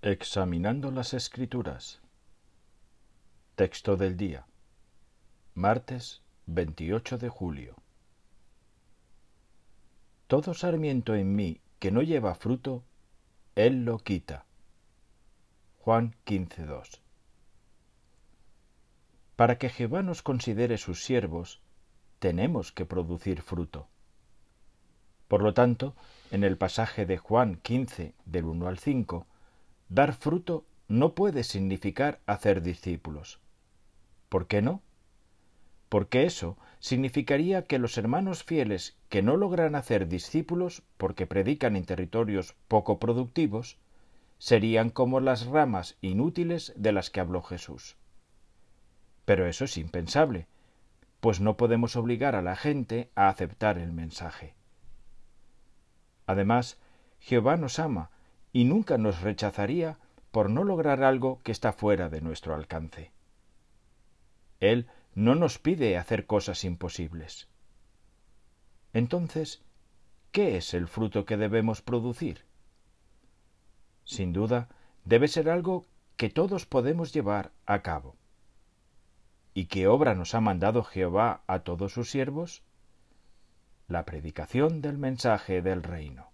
Examinando las Escrituras. Texto del día. Martes 28 de julio. Todo sarmiento en mí que no lleva fruto, él lo quita. Juan 15:2. Para que Jehová nos considere sus siervos, tenemos que producir fruto. Por lo tanto, en el pasaje de Juan 15, del 1 al 5, dar fruto no puede significar hacer discípulos. ¿Por qué no? Porque eso significaría que los hermanos fieles que no logran hacer discípulos porque predican en territorios poco productivos, serían como las ramas inútiles de las que habló Jesús. Pero eso es impensable, pues no podemos obligar a la gente a aceptar el mensaje. Además, Jehová nos ama y nunca nos rechazaría por no lograr algo que está fuera de nuestro alcance. Él no nos pide hacer cosas imposibles. Entonces, ¿qué es el fruto que debemos producir? Sin duda, debe ser algo que todos podemos llevar a cabo. ¿Y qué obra nos ha mandado Jehová a todos sus siervos? La predicación del mensaje del reino.